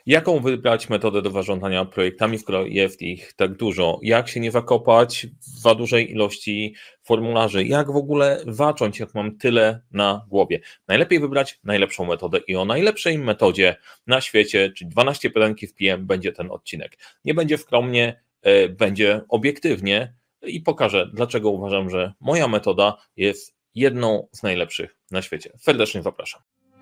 Jaką wybrać metodę do zarządzania projektami, skoro jest ich tak dużo? Jak się nie zakopać w za dużej ilości formularzy? Jak w ogóle zacząć, jak mam tyle na głowie? Najlepiej wybrać najlepszą metodę i o najlepszej metodzie na świecie, czyli 12 pytań w PM, będzie ten odcinek. Nie będzie skromnie, będzie obiektywnie i pokażę, dlaczego uważam, że moja metoda jest jedną z najlepszych na świecie. Serdecznie zapraszam.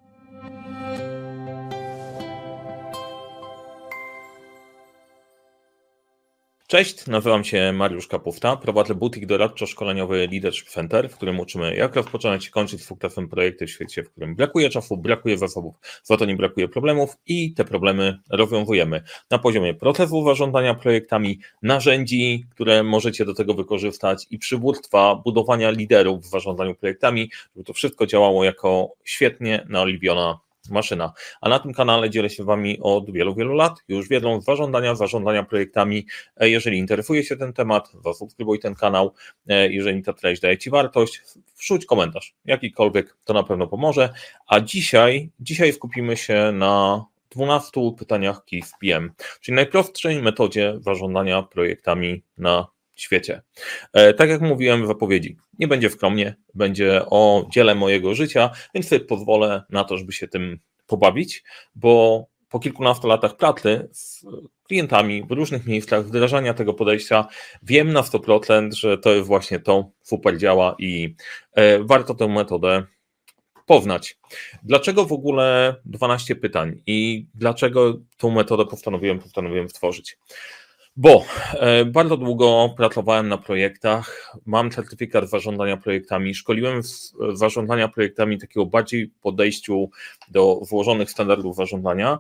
Cześć, nazywam się Mariusz Kapufta, prowadzę butik doradczo-szkoleniowy Leadership Center, w którym uczymy, jak rozpoczynać i kończyć z sukcesem projekty w świecie, w którym brakuje czasu, brakuje zasobów, za to nie brakuje problemów i te problemy rozwiązujemy na poziomie procesu zarządzania projektami, narzędzi, które możecie do tego wykorzystać i przywództwa, budowania liderów w zarządzaniu projektami, żeby to wszystko działało jako świetnie naoliwiona maszyna. A na tym kanale dzielę się z Wami od wielu, wielu lat, już wiedzą zarządzania projektami. Jeżeli interesuje się ten temat, zasubskrybuj ten kanał. Jeżeli ta treść daje Ci wartość, wrzuć komentarz, jakikolwiek, to na pewno pomoże. A dzisiaj skupimy się na 12 pytaniach KIF PM, czyli najprostszej metodzie zarządzania projektami na świecie. Tak jak mówiłem w zapowiedzi, nie będzie skromnie, będzie o dziele mojego życia, więc sobie pozwolę na to, żeby się tym pobawić, bo po kilkunastu latach pracy z klientami w różnych miejscach, wdrażania tego podejścia, wiem na 100%, że to jest właśnie to, super działa i warto tę metodę poznać. Dlaczego w ogóle 12 pytań i dlaczego tą metodę postanowiłem stworzyć? Bo bardzo długo pracowałem na projektach, mam certyfikat zarządzania projektami, szkoliłem z zarządzania projektami takiego bardziej podejściu do włożonych standardów zarządzania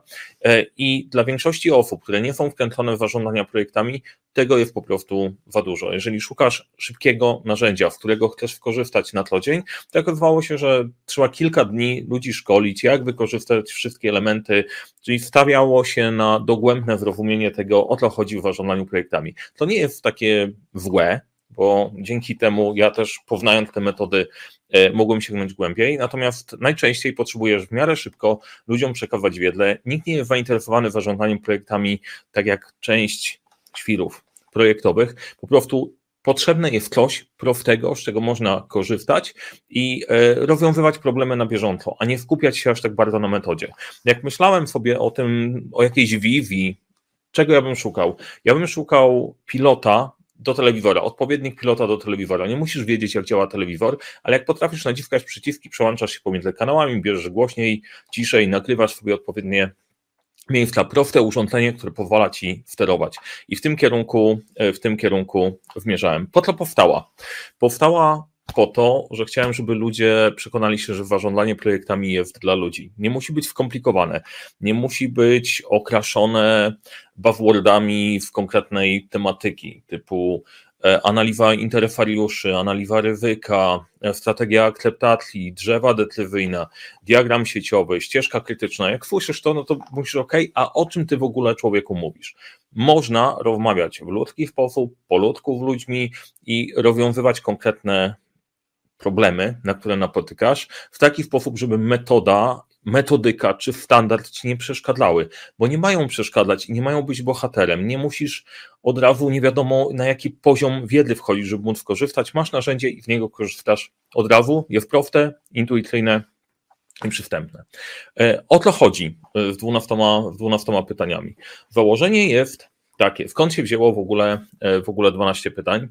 i dla większości osób, które nie są wkręcone w zarządzania projektami, tego jest po prostu za dużo. Jeżeli szukasz szybkiego narzędzia, z którego chcesz skorzystać na co dzień, to okazywało się, że trzeba kilka dni ludzi szkolić, jak wykorzystać wszystkie elementy, czyli stawiało się na dogłębne zrozumienie tego, o co chodzi w zarządzaniu projektami. To nie jest takie złe, bo dzięki temu ja też, poznając te metody, mogłem sięgnąć głębiej, natomiast najczęściej potrzebujesz w miarę szybko ludziom przekazać wiedzę. Nikt nie jest zainteresowany zarządzaniem projektami tak jak część świrów projektowych, po prostu potrzebne jest coś prostego, z czego można korzystać i rozwiązywać problemy na bieżąco, a nie skupiać się aż tak bardzo na metodzie. Jak myślałem sobie o tym, o jakiejś wizji, czego ja bym szukał? Ja bym szukał pilota do telewizora, odpowiednik pilota do telewizora. Nie musisz wiedzieć, jak działa telewizor, ale jak potrafisz naciskać przyciski, przełączasz się pomiędzy kanałami, bierzesz głośniej, ciszej, nagrywasz sobie odpowiednie miejsca, proste urządzenie, które pozwala Ci sterować. I w tym kierunku zmierzałem. Po co powstała? Powstała po to, że chciałem, żeby ludzie przekonali się, że zarządzanie projektami jest dla ludzi. Nie musi być skomplikowane, nie musi być okraszone buzzwordami z konkretnej tematyki, typu analiza interferiuszy, analiza ryzyka, strategia akceptacji, drzewa decyzyjne, diagram sieciowy, ścieżka krytyczna. Jak słyszysz to, no to mówisz OK, a o czym ty w ogóle człowieku mówisz? Można rozmawiać w ludzki sposób, po ludzku z ludźmi i rozwiązywać konkretne problemy, na które napotykasz, w taki sposób, żeby metodyka czy standard ci nie przeszkadzały, bo nie mają przeszkadzać i nie mają być bohaterem. Nie musisz od razu nie wiadomo na jaki poziom wiedzy wchodzić, żeby móc korzystać. Masz narzędzie i z niego korzystasz od razu. Jest proste, intuicyjne i przystępne. O co chodzi z 12 pytaniami? Założenie jest takie, skąd się wzięło w ogóle 12 pytań?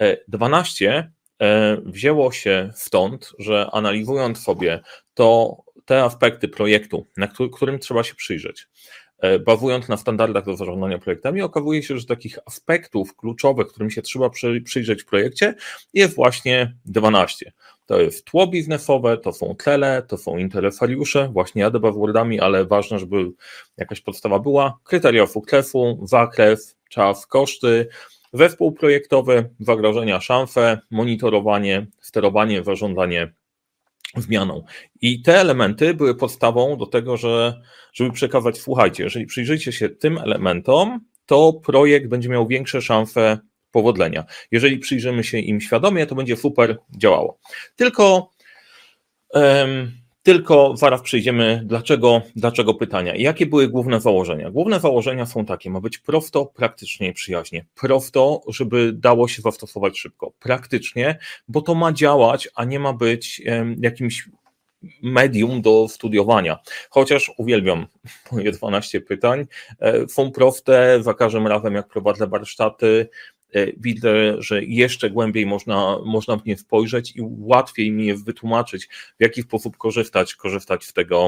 12 wzięło się stąd, że analizując sobie te aspekty projektu, którym trzeba się przyjrzeć, bazując na standardach do zarządzania projektami, okazuje się, że takich aspektów kluczowych, którym się trzeba przyjrzeć w projekcie, jest właśnie 12. To jest tło biznesowe, to są cele, to są interesariusze, właśnie jadę buzzwordami, ale ważne, żeby jakaś podstawa była, kryteria sukcesu, zakres, czas, koszty, zespół projektowy, zagrożenia, szanse, monitorowanie, sterowanie, zarządzanie zmianą. I te elementy były podstawą do tego, żeby przekazać, słuchajcie, jeżeli przyjrzycie się tym elementom, to projekt będzie miał większe szanse powodzenia. Jeżeli przyjrzymy się im świadomie, to będzie super działało. Tylko Tylko zaraz przejdziemy, dlaczego pytania. Jakie były główne założenia? Główne założenia są takie, ma być prosto, praktycznie i przyjaźnie. Prosto, żeby dało się zastosować szybko. Praktycznie, bo to ma działać, a nie ma być jakimś medium do studiowania. Chociaż uwielbiam moje 12 pytań. Są proste, za każdym razem jak prowadzę warsztaty, widzę, że jeszcze głębiej można w nie spojrzeć i łatwiej mi jest wytłumaczyć, w jaki sposób korzystać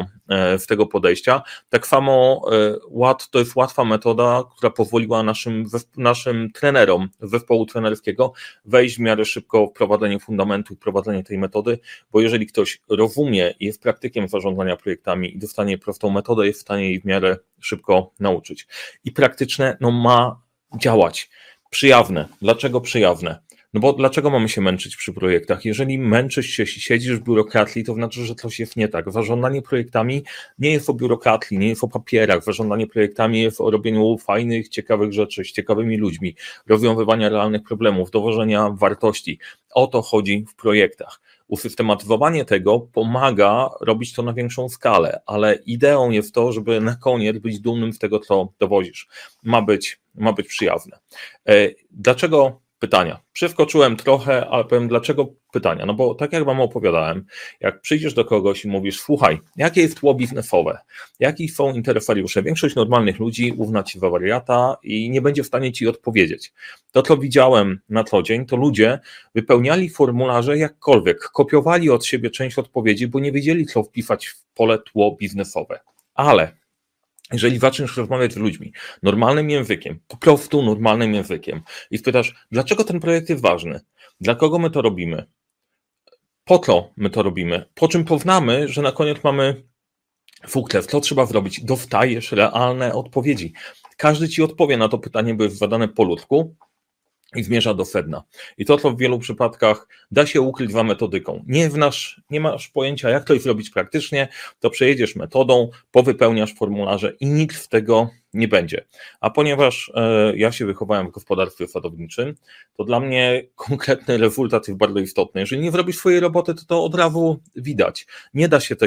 z tego podejścia. Tak samo to jest łatwa metoda, która pozwoliła naszym trenerom zespołu trenerskiego wejść w miarę szybko w prowadzenie fundamentu i prowadzenie tej metody, bo jeżeli ktoś rozumie i jest praktykiem zarządzania projektami i dostanie prostą metodę, jest w stanie jej w miarę szybko nauczyć. I praktyczne ma działać. Przyjawne. Dlaczego przyjawne? No bo dlaczego mamy się męczyć przy projektach? Jeżeli męczysz się, siedzisz w biurokracji, to znaczy, że coś jest nie tak. Zarządzanie projektami nie jest o biurokracji, nie jest o papierach. Zarządzanie projektami jest o robieniu fajnych, ciekawych rzeczy z ciekawymi ludźmi, rozwiązywania realnych problemów, dowożenia wartości. O to chodzi w projektach. Usystematyzowanie tego pomaga robić to na większą skalę, ale ideą jest to, żeby na koniec być dumnym z tego, co dowozisz. Ma być przyjazne. Dlaczego pytania? Przeskoczyłem trochę, ale powiem dlaczego pytania. No bo tak jak wam opowiadałem, jak przyjdziesz do kogoś i mówisz, słuchaj, jakie jest tło biznesowe, jaki są interesariusze, większość normalnych ludzi uzna ci za wariata i nie będzie w stanie ci odpowiedzieć. To, co widziałem na co dzień, to ludzie wypełniali formularze jakkolwiek, kopiowali od siebie część odpowiedzi, bo nie wiedzieli, co wpisać w pole tło biznesowe. Ale jeżeli zaczniesz rozmawiać z ludźmi normalnym językiem, po prostu normalnym językiem i spytasz, dlaczego ten projekt jest ważny, dla kogo my to robimy, po co my to robimy, po czym poznamy, że na koniec mamy sukces, co trzeba zrobić, dostajesz realne odpowiedzi. Każdy ci odpowie na to pytanie, bo jest zadane po ludzku i zmierza do sedna. I to, co w wielu przypadkach da się ukryć za metodyką. Nie masz pojęcia, jak to zrobić praktycznie, to przejedziesz metodą, powypełniasz formularze i nic z tego nie będzie. A ponieważ ja się wychowałem w gospodarstwie sadowniczym, to dla mnie konkretny rezultat jest bardzo istotny. Jeżeli nie zrobisz swojej roboty, to od razu widać. Nie da się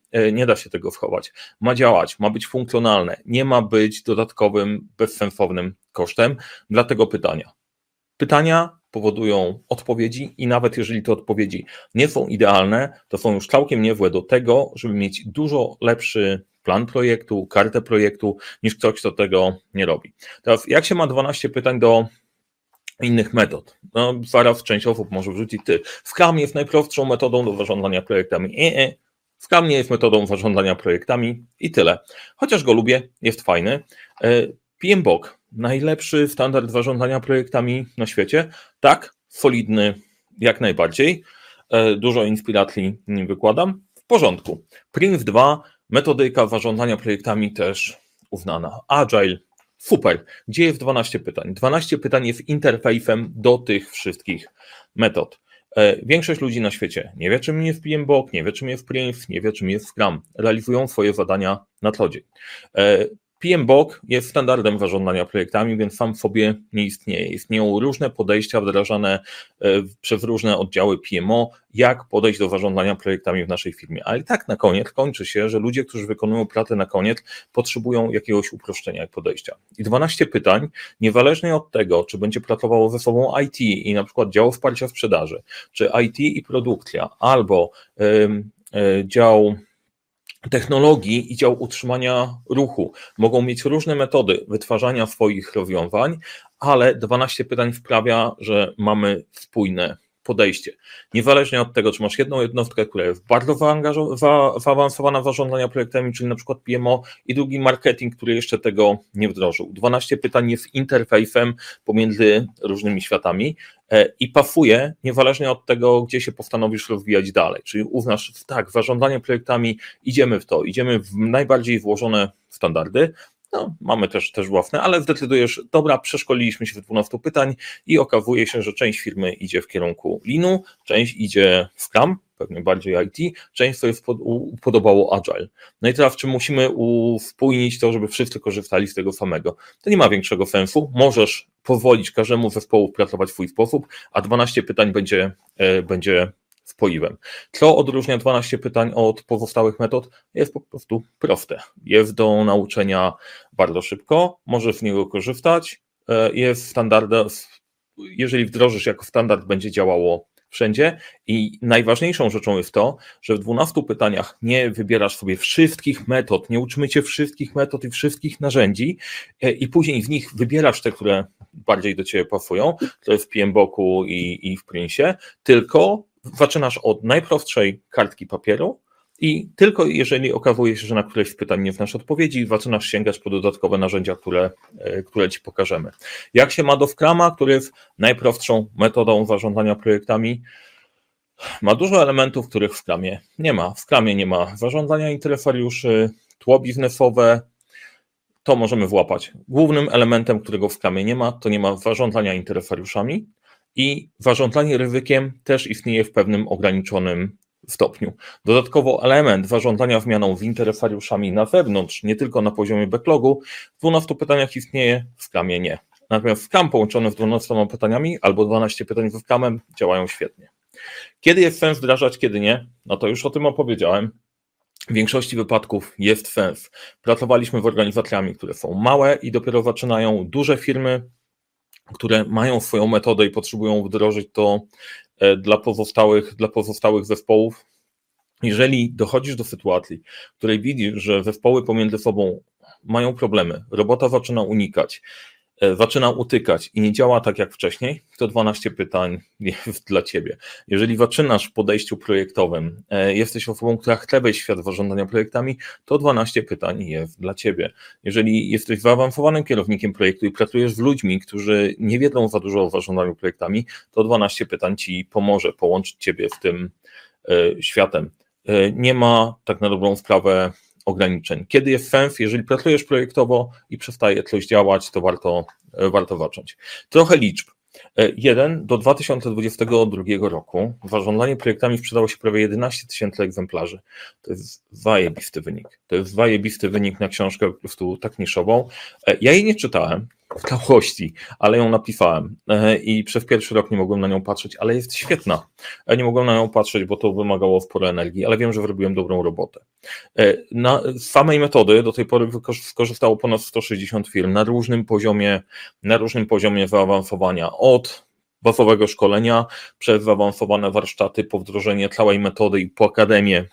tego schować. Ma działać, ma być funkcjonalne, nie ma być dodatkowym, bezsensownym kosztem. Dlatego pytania. Pytania powodują odpowiedzi i nawet jeżeli te odpowiedzi nie są idealne, to są już całkiem niezłe do tego, żeby mieć dużo lepszy plan projektu, kartę projektu, niż ktoś, kto tego nie robi. Teraz jak się ma 12 pytań do innych metod? No, zaraz część osób może wrzucić Scrum jest najprostszą metodą do zarządzania projektami. Scrum nie jest metodą zarządzania projektami i tyle. Chociaż go lubię, jest fajny. PMBOK, najlepszy standard zarządzania projektami na świecie. Tak, solidny jak najbardziej. Dużo inspiracji nim wykładam. W porządku. Prince2, metodyka zarządzania projektami też uznana. Agile, super. Gdzie jest 12 pytań? 12 pytań jest interfejsem do tych wszystkich metod. Większość ludzi na świecie nie wie, czym jest PMBOK, nie wie, czym jest Prince, nie wie, czym jest Scrum. Realizują swoje zadania na co dzień. PMBOK jest standardem zarządzania projektami, więc sam w sobie nie istnieje. Istnieją różne podejścia wdrażane przez różne oddziały PMO, jak podejść do zarządzania projektami w naszej firmie. Ale i tak na koniec kończy się, że ludzie, którzy wykonują pracę na koniec, potrzebują jakiegoś uproszczenia podejścia. I 12 pytań, niezależnie od tego, czy będzie pracowało ze sobą IT i na przykład dział wsparcia sprzedaży, czy IT i produkcja, albo dział technologii i dział utrzymania ruchu. Mogą mieć różne metody wytwarzania swoich rozwiązań, ale 12 pytań sprawia, że mamy spójne podejście. Niezależnie od tego, czy masz jedną jednostkę, która jest bardzo zaawansowana w zarządzaniu projektami, czyli na przykład PMO, i drugi marketing, który jeszcze tego nie wdrożył. 12 pytań jest interfejsem pomiędzy różnymi światami i pasuje niezależnie od tego, gdzie się postanowisz rozwijać dalej. Czyli uznasz, tak, zarządzanie projektami, idziemy w to, idziemy w najbardziej włożone standardy. No, mamy też własne, ale zdecydujesz, dobra, przeszkoliliśmy się w 12 pytań i okazuje się, że część firmy idzie w kierunku Leanu, część idzie w Scrum, pewnie bardziej IT, część sobie podobało Agile. No i teraz, czy musimy uspójnić to, żeby wszyscy korzystali z tego samego? To nie ma większego sensu. Możesz pozwolić każdemu zespołu pracować w swój sposób, a 12 pytań będzie wpoiwem. Co odróżnia 12 pytań od pozostałych metod? Jest po prostu proste. Jest do nauczenia bardzo szybko, możesz z niego korzystać, jest standardem, jeżeli wdrożysz jako standard, będzie działało wszędzie i najważniejszą rzeczą jest to, że w 12 pytaniach nie wybierasz sobie wszystkich metod, nie uczymy cię wszystkich metod i wszystkich narzędzi i później z nich wybierasz te, które bardziej do ciebie pasują, to jest w PMBOK-u i w Prince'ie, tylko zaczynasz od najprostszej kartki papieru i tylko jeżeli okazuje się, że na któreś z pytań nie znasz odpowiedzi, zaczynasz sięgać po dodatkowe narzędzia, które ci pokażemy. Jak się ma do Scruma, który jest najprostszą metodą zarządzania projektami? Ma dużo elementów, których w Scrumie nie ma. W Scrumie nie ma zarządzania interesariuszy, tło biznesowe, to możemy włapać. Głównym elementem, którego w Scrumie nie ma, to nie ma zarządzania interesariuszami i zarządzanie ryzykiem też istnieje w pewnym ograniczonym stopniu. Dodatkowo element zarządzania zmianą z interesariuszami na zewnątrz, nie tylko na poziomie backlogu, w 12 pytaniach istnieje, w Scrumie nie. Natomiast Scrum połączony z 12 pytaniami albo 12 pytań ze Scrumem działają świetnie. Kiedy jest sens wdrażać, kiedy nie? No to już o tym opowiedziałem. W większości wypadków jest sens. Pracowaliśmy z organizacjami, które są małe i dopiero zaczynają, duże firmy, które mają swoją metodę i potrzebują wdrożyć to dla pozostałych zespołów. Jeżeli dochodzisz do sytuacji, w której widzisz, że zespoły pomiędzy sobą mają problemy, robota zaczyna unikać, zaczyna utykać i nie działa tak jak wcześniej, to 12 pytań jest dla ciebie. Jeżeli zaczynasz w podejściu projektowym, jesteś osobą, która chce wejść w świat zarządzania projektami, to 12 pytań jest dla ciebie. Jeżeli jesteś zaawansowanym kierownikiem projektu i pracujesz z ludźmi, którzy nie wiedzą za dużo o zarządzaniu projektami, to 12 pytań ci pomoże połączyć ciebie z tym światem. Nie ma tak na dobrą sprawę ograniczeń. Kiedy jest sens? Jeżeli pracujesz projektowo i przestaje coś działać, to warto zacząć. Trochę liczb. 1 do 2022 roku zarządzanie projektami sprzedało się prawie 11 000 egzemplarzy. To jest zajebisty wynik. To jest zajebisty wynik na książkę po prostu tak niszową. Ja jej nie czytałem w całości, ale ją napisałem i przez pierwszy rok nie mogłem na nią patrzeć, ale jest świetna. Nie mogłem na nią patrzeć, bo to wymagało sporo energii, ale wiem, że zrobiłem dobrą robotę. Z samej metody do tej pory skorzystało ponad 160 firm na różnym poziomie zaawansowania, od bazowego szkolenia przez zaawansowane warsztaty, po wdrożenie całej metody i po akademię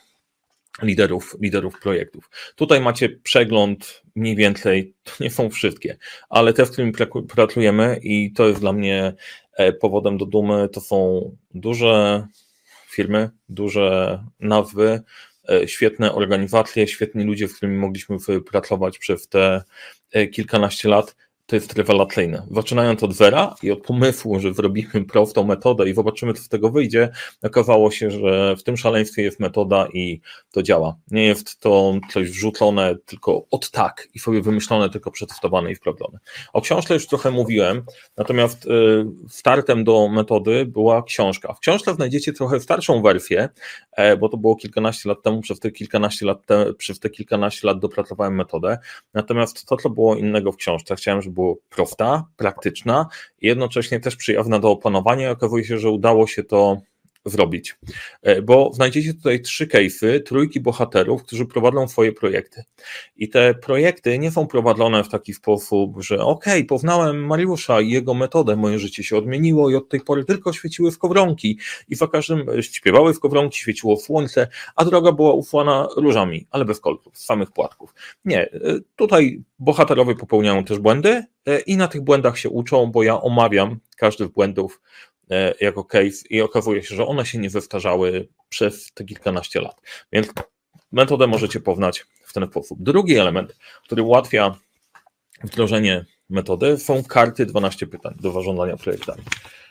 liderów projektów. Tutaj macie przegląd mniej więcej, to nie są wszystkie, ale te, w którymi pracujemy i to jest dla mnie powodem do dumy, to są duże firmy, duże nazwy, świetne organizacje, świetni ludzie, z którymi mogliśmy pracować przez te kilkanaście lat. To jest rewelacyjne. Zaczynając od zera i od pomysłu, że zrobimy prostą metodę i zobaczymy, co z tego wyjdzie, okazało się, że w tym szaleństwie jest metoda i to działa. Nie jest to coś wrzucone tylko od tak i sobie wymyślone, tylko przetestowane i sprawdzone. O książce już trochę mówiłem, natomiast startem do metody była książka. W książce znajdziecie trochę starszą wersję, bo to było kilkanaście lat temu, przez te kilkanaście lat dopracowałem metodę, natomiast to, co było innego w książce, chciałem, żeby było prosta, praktyczna i jednocześnie też przyjazna do opanowania i okazuje się, że udało się to zrobić, bo znajdziecie tutaj 3 case'y, trójki bohaterów, którzy prowadzą swoje projekty i te projekty nie są prowadzone w taki sposób, że poznałem Mariusza i jego metodę, moje życie się odmieniło i od tej pory tylko świeciły skowronki i za każdym śpiewały skowronki, świeciło słońce, a droga była usłana różami, ale bez kolców, z samych płatków. Nie, tutaj bohaterowie popełniają też błędy i na tych błędach się uczą, bo ja omawiam każdy z błędów jako case i okazuje się, że one się nie zestarzały przez te kilkanaście lat. Więc metodę możecie poznać w ten sposób. Drugi element, który ułatwia wdrożenie metody, są karty 12 pytań do zarządzania projektami.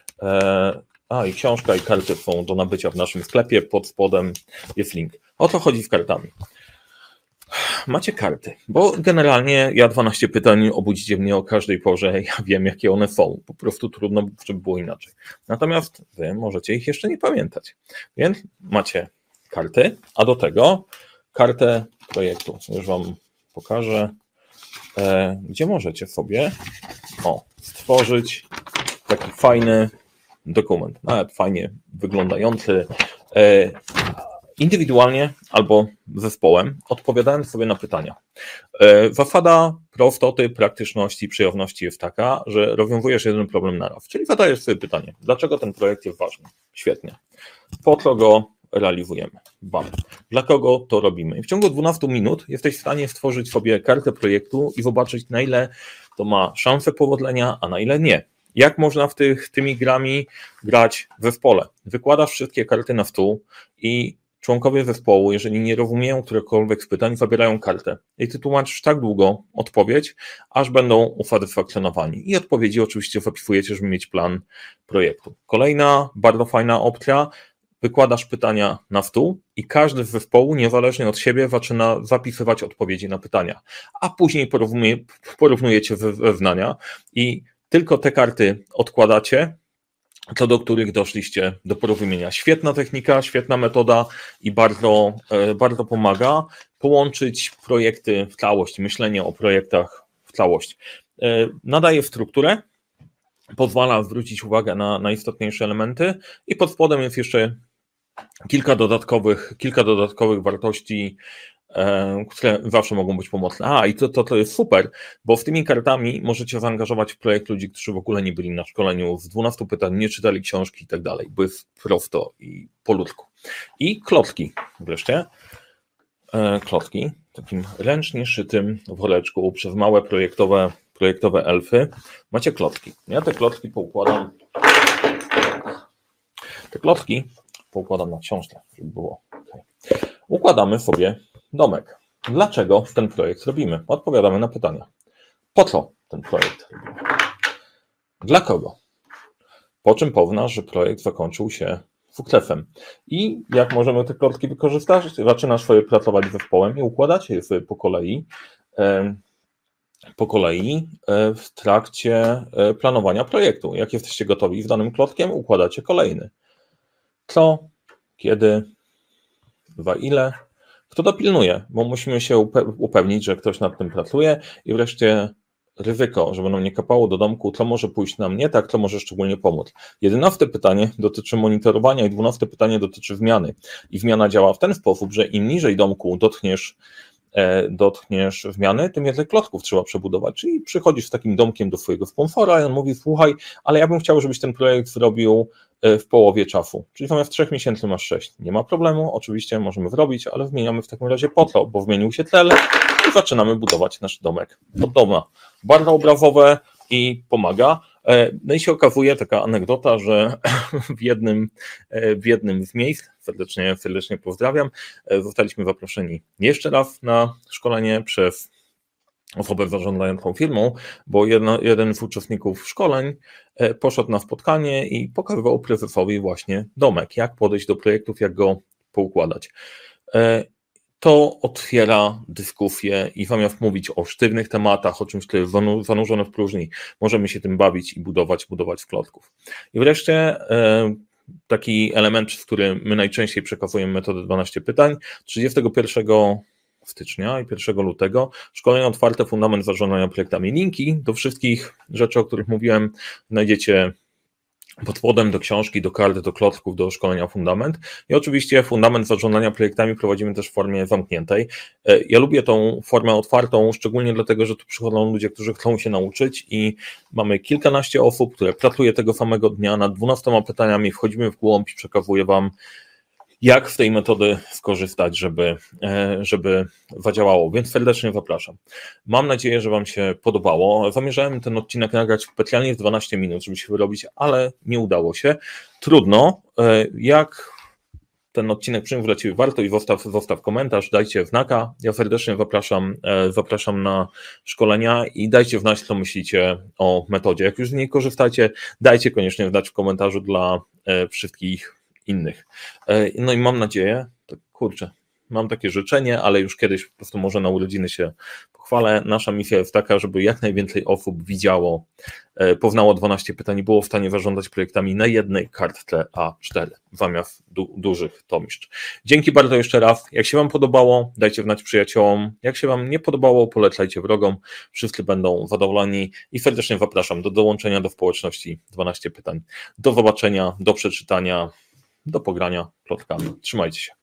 I książka i karty są do nabycia w naszym sklepie, pod spodem jest link. O co chodzi z kartami? Macie karty, bo generalnie ja 12 pytań, obudzicie mnie o każdej porze, ja wiem, jakie one są, po prostu trudno, żeby było inaczej. Natomiast wy możecie ich jeszcze nie pamiętać, więc macie karty, a do tego kartę projektu. Już wam pokażę, gdzie możecie sobie stworzyć taki fajny dokument, nawet fajnie wyglądający, Indywidualnie albo zespołem, odpowiadając sobie na pytania. Zasada prostoty, praktyczności, przejawności jest taka, że rozwiązujesz jeden problem na raz. Czyli zadajesz sobie pytanie, dlaczego ten projekt jest ważny? Świetnie. Po co go realizujemy? Bam. Dla kogo to robimy? I w ciągu 12 minut jesteś w stanie stworzyć sobie kartę projektu i zobaczyć, na ile to ma szansę powodzenia, a na ile nie. Jak można tymi grami grać w zespole? Wykładasz wszystkie karty na stół i członkowie zespołu, jeżeli nie rozumieją któregokolwiek z pytań, zabierają kartę. I ty tłumaczysz tak długo odpowiedź, aż będą usatysfakcjonowani. I odpowiedzi oczywiście zapisujecie, żeby mieć plan projektu. Kolejna bardzo fajna opcja, wykładasz pytania na stół i każdy z zespołu, niezależnie od siebie, zaczyna zapisywać odpowiedzi na pytania, a później porównujecie zeznania i tylko te karty odkładacie, co do których doszliście do porozumienia. Świetna technika, świetna metoda i bardzo, bardzo pomaga połączyć projekty w całość, myślenie o projektach w całość. Nadaje strukturę, pozwala zwrócić uwagę na najistotniejsze elementy i pod spodem jest jeszcze kilka dodatkowych wartości, które zawsze mogą być pomocne. I to jest super, bo z tymi kartami możecie zaangażować w projekt ludzi, którzy w ogóle nie byli na szkoleniu, z 12 pytań nie czytali książki i tak dalej, bo jest prosto i po ludzku. I klocki wreszcie. Klocki w takim ręcznie szytym woreczku przez małe projektowe elfy. Macie klocki. Ja te klocki poukładam. Na książce, żeby było. Okay. Układamy sobie domek. Dlaczego ten projekt robimy? Odpowiadamy na pytania. Po co ten projekt robimy? Dla kogo? Po czym poznasz, że projekt zakończył się sukcesem. I jak możemy te klocki wykorzystać? Zaczynasz sobie pracować z zespołem i układacie je sobie po kolei w trakcie planowania projektu. Jak jesteście gotowi z danym klockiem, układacie kolejny. Co, kiedy, za ile, kto dopilnuje, bo musimy się upewnić, że ktoś nad tym pracuje i wreszcie ryzyko, żeby nam nie kapało do domku, co może pójść nam nie tak, co może szczególnie pomóc. 11 pytanie dotyczy monitorowania i 12 pytanie dotyczy zmiany. I zmiana działa w ten sposób, że im niżej domku dotkniesz zmiany, tym więcej klocków trzeba przebudować. Czyli przychodzisz z takim domkiem do swojego sponsora i on mówi, słuchaj, ale ja bym chciał, żebyś ten projekt zrobił w połowie czasu. Czyli zamiast 3 miesięcy masz 6. Nie ma problemu, oczywiście możemy zrobić, ale zmieniamy w takim razie po co, bo zmienił się cel i zaczynamy budować nasz domek od doma. Bardzo obrazowe i pomaga. No i się okazuje taka anegdota, że w jednym z miejsc, serdecznie pozdrawiam, zostaliśmy zaproszeni jeszcze raz na szkolenie przez osobę zarządzającą firmą, bo jeden z uczestników szkoleń poszedł na spotkanie i pokazywał prezesowi właśnie domek, jak podejść do projektów, jak go poukładać. To otwiera dyskusję i zamiast mówić o sztywnych tematach, o czymś, co jest zanurzone w próżni, możemy się tym bawić i budować z klocków. I wreszcie taki element, z którym my najczęściej przekazujemy metodę 12 pytań, 31 stycznia i 1 lutego szkolenie otwarte, fundament zarządzania projektami. Linki do wszystkich rzeczy, o których mówiłem, znajdziecie pod spodem do książki, do kart, do klocków, do szkolenia fundament. I oczywiście fundament zarządzania projektami prowadzimy też w formie zamkniętej. Ja lubię tą formę otwartą, szczególnie dlatego, że tu przychodzą ludzie, którzy chcą się nauczyć i mamy kilkanaście osób, które pracuje tego samego dnia nad 12 pytaniami, wchodzimy w głąb i przekazuję Wam, jak z tej metody skorzystać, żeby zadziałało, więc serdecznie zapraszam. Mam nadzieję, że Wam się podobało. Zamierzałem ten odcinek nagrać specjalnie w 12 minut, żeby się wyrobić, ale nie udało się. Trudno. Jak ten odcinek przyniósł dla Ciebie warto i zostaw komentarz, dajcie znaka. Ja serdecznie zapraszam na szkolenia i dajcie znać, co myślicie o metodzie. Jak już z niej korzystacie, dajcie koniecznie znać w komentarzu dla wszystkich innych. No i mam nadzieję, mam takie życzenie, ale już kiedyś po prostu może na urodziny się pochwalę. Nasza misja jest taka, żeby jak najwięcej osób widziało, poznało 12 pytań i było w stanie zarządzać projektami na jednej kartce A4 zamiast dużych tomiszcz. Dzięki bardzo jeszcze raz. Jak się Wam podobało, dajcie znać przyjaciołom. Jak się Wam nie podobało, polecajcie wrogom. Wszyscy będą zadowoleni i serdecznie zapraszam do dołączenia do społeczności 12 pytań. Do zobaczenia, do przeczytania. do pogrania plotkami. Trzymajcie się.